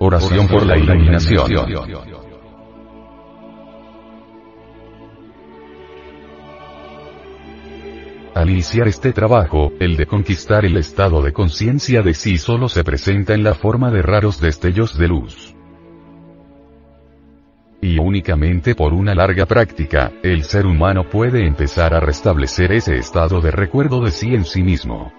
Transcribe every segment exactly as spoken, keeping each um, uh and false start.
Oración por la iluminación. Al iniciar este trabajo, el de conquistar el estado de conciencia de sí solo se presenta en la forma de raros destellos de luz. Y únicamente por una larga práctica, el ser humano puede empezar a restablecer ese estado de recuerdo de sí en sí mismo.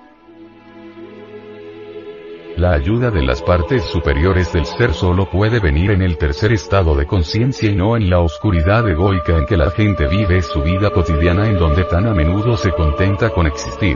La ayuda de las partes superiores del ser solo puede venir en el tercer estado de conciencia y no en la oscuridad egoica en que la gente vive su vida cotidiana, en donde tan a menudo se contenta con existir.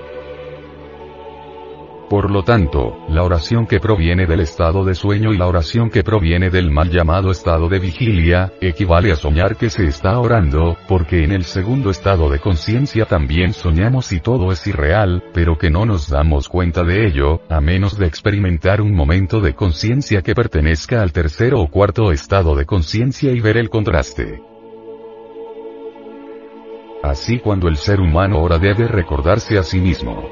Por lo tanto, la oración que proviene del estado de sueño y la oración que proviene del mal llamado estado de vigilia, equivale a soñar que se está orando, porque en el segundo estado de conciencia también soñamos y todo es irreal, pero que no nos damos cuenta de ello, a menos de experimentar un momento de conciencia que pertenezca al tercero o cuarto estado de conciencia y ver el contraste. Así, cuando el ser humano ora debe recordarse a sí mismo.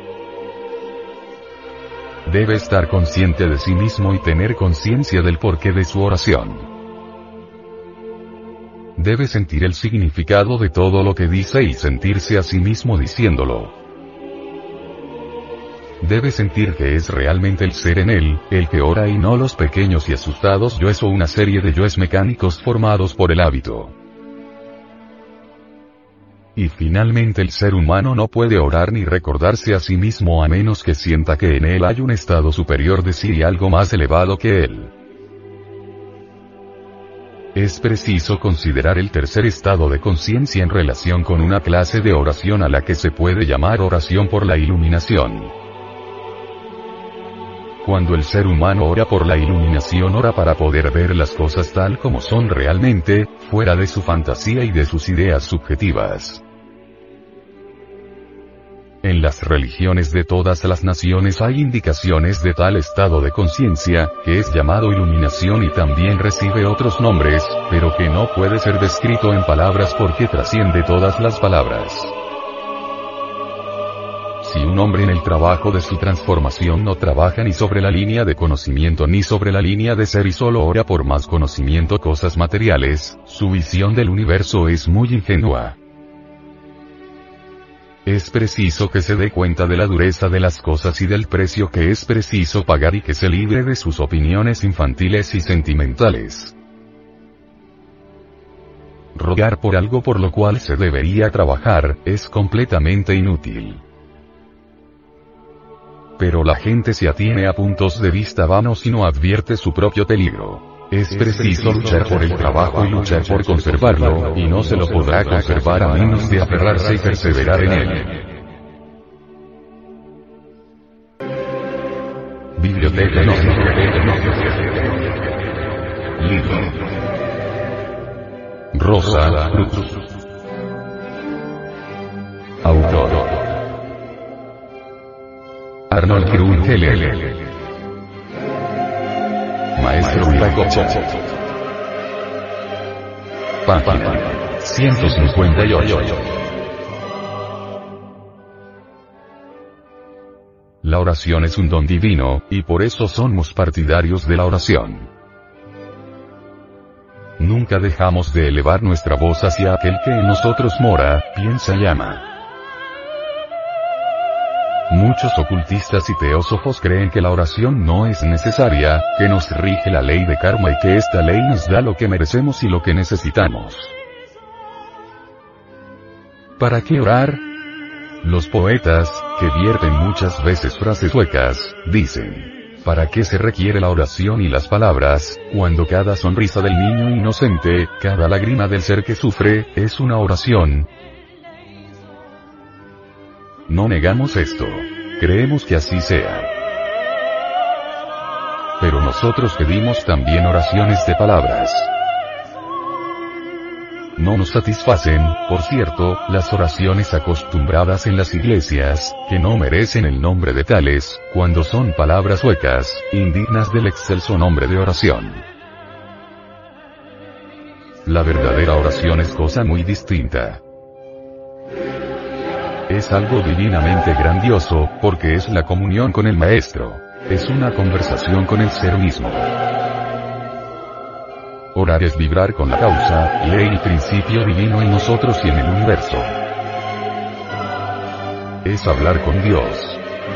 Debe estar consciente de sí mismo y tener conciencia del porqué de su oración. Debe sentir el significado de todo lo que dice y sentirse a sí mismo diciéndolo. Debe sentir que es realmente el ser en él, el que ora y no los pequeños y asustados yoes o una serie de yoes mecánicos formados por el hábito. Y finalmente el ser humano no puede orar ni recordarse a sí mismo a menos que sienta que en él hay un estado superior de sí y algo más elevado que él. Es preciso considerar el tercer estado de conciencia en relación con una clase de oración a la que se puede llamar oración por la iluminación. Cuando el ser humano ora por la iluminación, ora para poder ver las cosas tal como son realmente, fuera de su fantasía y de sus ideas subjetivas. En las religiones de todas las naciones hay indicaciones de tal estado de conciencia, que es llamado iluminación y también recibe otros nombres, pero que no puede ser descrito en palabras porque trasciende todas las palabras. Si un hombre en el trabajo de su transformación no trabaja ni sobre la línea de conocimiento ni sobre la línea de ser y solo ora por más conocimiento, cosas materiales, su visión del universo es muy ingenua. Es preciso que se dé cuenta de la dureza de las cosas y del precio que es preciso pagar y que se libre de sus opiniones infantiles y sentimentales. Rogar por algo por lo cual se debería trabajar, es completamente inútil. Pero la gente se atiene a puntos de vista vanos y no advierte su propio peligro. Es preciso luchar por el trabajo y luchar por conservarlo, y no se lo podrá conservar a menos de aferrarse y perseverar en él. Biblioteca no. Libro. Rosa Cruz. Autor Arnold Kirun Keller. Maestro Viracocha. Página ciento cincuenta y ocho. La oración es un don divino, y por eso somos partidarios de la oración. Nunca dejamos de elevar nuestra voz hacia aquel que en nosotros mora, piensa y ama. Muchos ocultistas y teósofos creen que la oración no es necesaria, que nos rige la ley de karma y que esta ley nos da lo que merecemos y lo que necesitamos. ¿Para qué orar? Los poetas, que vierten muchas veces frases huecas, dicen: ¿para qué se requiere la oración y las palabras, cuando cada sonrisa del niño inocente, cada lágrima del ser que sufre, es una oración? No negamos esto. Creemos que así sea. Pero nosotros pedimos también oraciones de palabras. No nos satisfacen, por cierto, las oraciones acostumbradas en las iglesias, que no merecen el nombre de tales, cuando son palabras huecas, indignas del excelso nombre de oración. La verdadera oración es cosa muy distinta. Es algo divinamente grandioso, porque es la comunión con el Maestro. Es una conversación con el ser mismo. Orar es vibrar con la causa, ley y principio divino en nosotros y en el universo. Es hablar con Dios.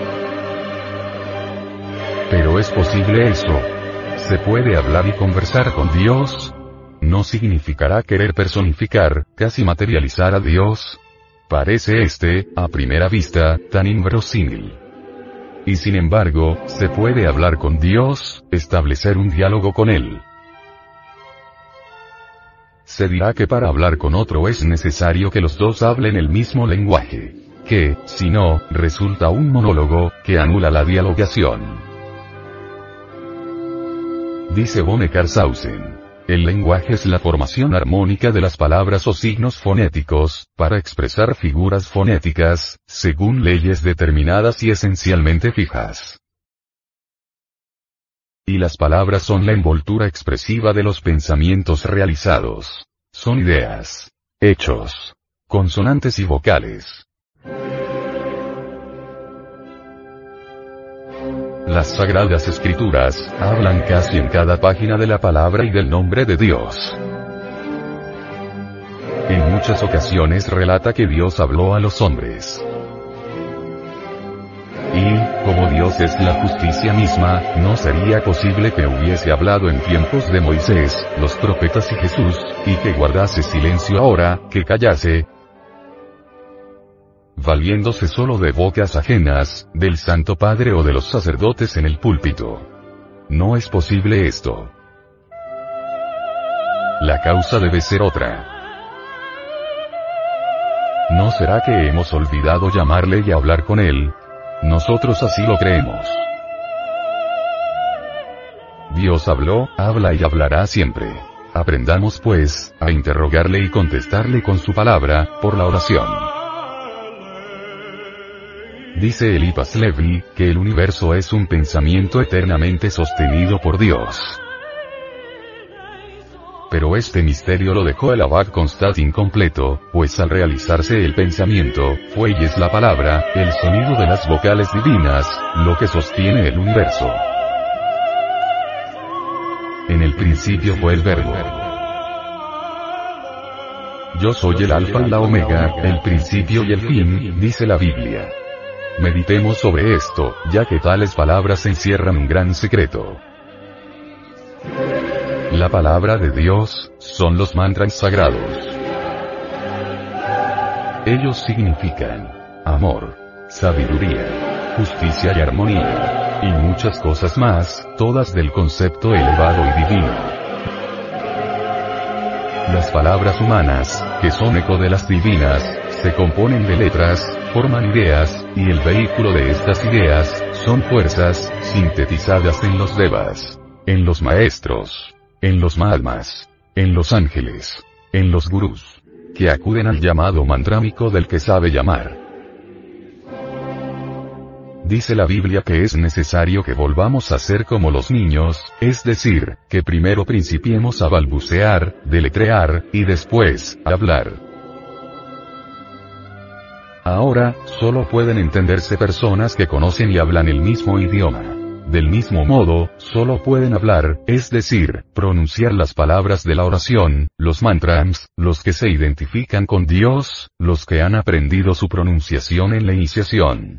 Pero ¿es posible eso? ¿Se puede hablar y conversar con Dios? ¿No significará querer personificar, casi materializar a Dios? Parece este, a primera vista, tan inverosímil. Y sin embargo, se puede hablar con Dios, establecer un diálogo con Él. Se dirá que para hablar con otro es necesario que los dos hablen el mismo lenguaje. Que, si no, resulta un monólogo, que anula la dialogación. Dice von Eckhartshausen. El lenguaje es la formación armónica de las palabras o signos fonéticos, para expresar figuras fonéticas, según leyes determinadas y esencialmente fijas. Y las palabras son la envoltura expresiva de los pensamientos realizados. Son ideas, hechos, consonantes y vocales. Las Sagradas Escrituras hablan casi en cada página de la palabra y del nombre de Dios. En muchas ocasiones relata que Dios habló a los hombres. Y, como Dios es la justicia misma, no sería posible que hubiese hablado en tiempos de Moisés, los profetas y Jesús, y que guardase silencio ahora, que callase, valiéndose solo de bocas ajenas, del Santo Padre o de los sacerdotes en el púlpito. No es posible esto. La causa debe ser otra. ¿No será que hemos olvidado llamarle y hablar con Él? Nosotros así lo creemos. Dios habló, habla y hablará siempre. Aprendamos pues, a interrogarle y contestarle con su palabra, por la oración. Dice Eliphas Levi, que el universo es un pensamiento eternamente sostenido por Dios. Pero este misterio lo dejó el Abad Constat incompleto, pues al realizarse el pensamiento, fue y es la palabra, el sonido de las vocales divinas, lo que sostiene el universo. En el principio fue el Verbo. Yo soy el Alfa y la Omega, el principio y el fin, dice la Biblia. Meditemos sobre esto, ya que tales palabras encierran un gran secreto. La palabra de Dios, son los mantras sagrados. Ellos significan amor, sabiduría, justicia y armonía, y muchas cosas más, todas del concepto elevado y divino. Las palabras humanas, que son eco de las divinas, se componen de letras, forman ideas, y el vehículo de estas ideas, son fuerzas, sintetizadas en los devas, en los maestros, en los mahatmas, en los ángeles, en los gurús, que acuden al llamado mantrámico del que sabe llamar. Dice la Biblia que es necesario que volvamos a ser como los niños, es decir, que primero principiemos a balbucear, deletrear, y después, a hablar. Ahora, solo pueden entenderse personas que conocen y hablan el mismo idioma. Del mismo modo, solo pueden hablar, es decir, pronunciar las palabras de la oración, los mantras, los que se identifican con Dios, los que han aprendido su pronunciación en la iniciación.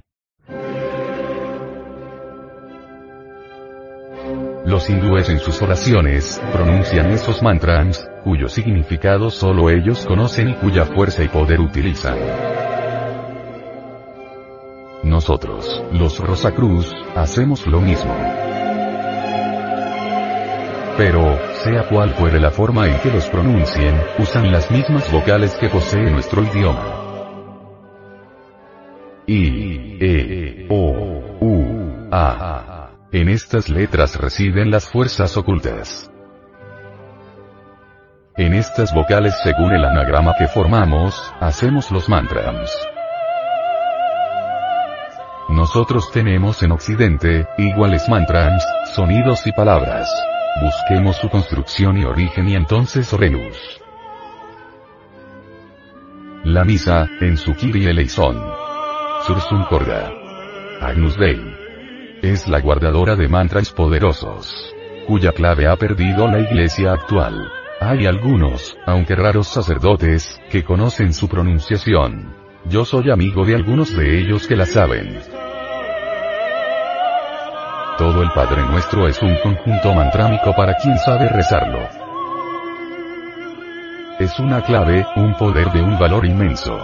Los hindúes en sus oraciones, pronuncian esos mantras, cuyo significado solo ellos conocen y cuya fuerza y poder utilizan. Nosotros, los Rosacruz, hacemos lo mismo. Pero, sea cual fuere la forma en que los pronuncien, usan las mismas vocales que posee nuestro idioma. I, E, O, U, A. En estas letras residen las fuerzas ocultas. En estas vocales, según el anagrama que formamos, hacemos los mantras. Nosotros tenemos en Occidente, iguales mantras, sonidos y palabras. Busquemos su construcción y origen y entonces oremos. La misa, en su Kyrie eleison. Sursum corda. Agnus Dei. Es la guardadora de mantras poderosos. cuya clave ha perdido la Iglesia actual. Hay algunos, aunque raros sacerdotes, que conocen su pronunciación. Yo soy amigo de algunos de ellos que la saben. Todo el Padre Nuestro es un conjunto mantrámico para quien sabe rezarlo. Es una clave, un poder de un valor inmenso.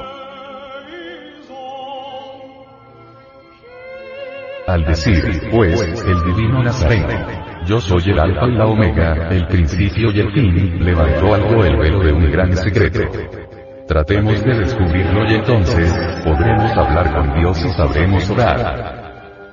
Al decir, pues, el divino Nazareno, yo soy el alfa y la omega, el principio y el fin, levantó algo el velo de un gran secreto. Tratemos de descubrirlo y entonces, podremos hablar con Dios y sabremos orar.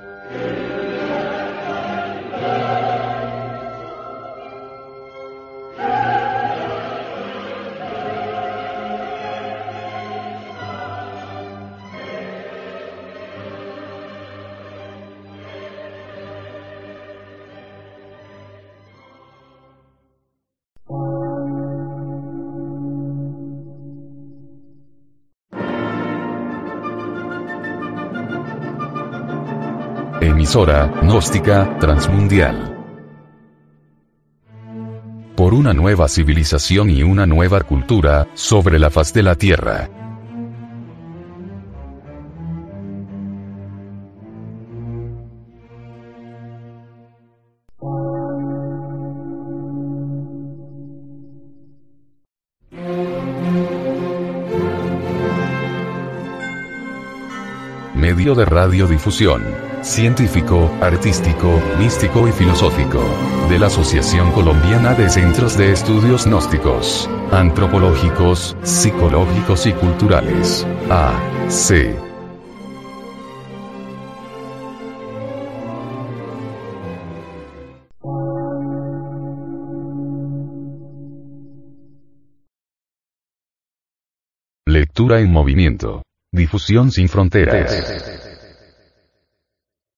Emisora gnóstica transmundial. Por una nueva civilización y una nueva cultura sobre la faz de la Tierra. Medio de radiodifusión, científico, artístico, místico y filosófico, de la Asociación Colombiana de Centros de Estudios Gnósticos, Antropológicos, Psicológicos y Culturales, A C Lectura en movimiento. Difusión sin fronteras.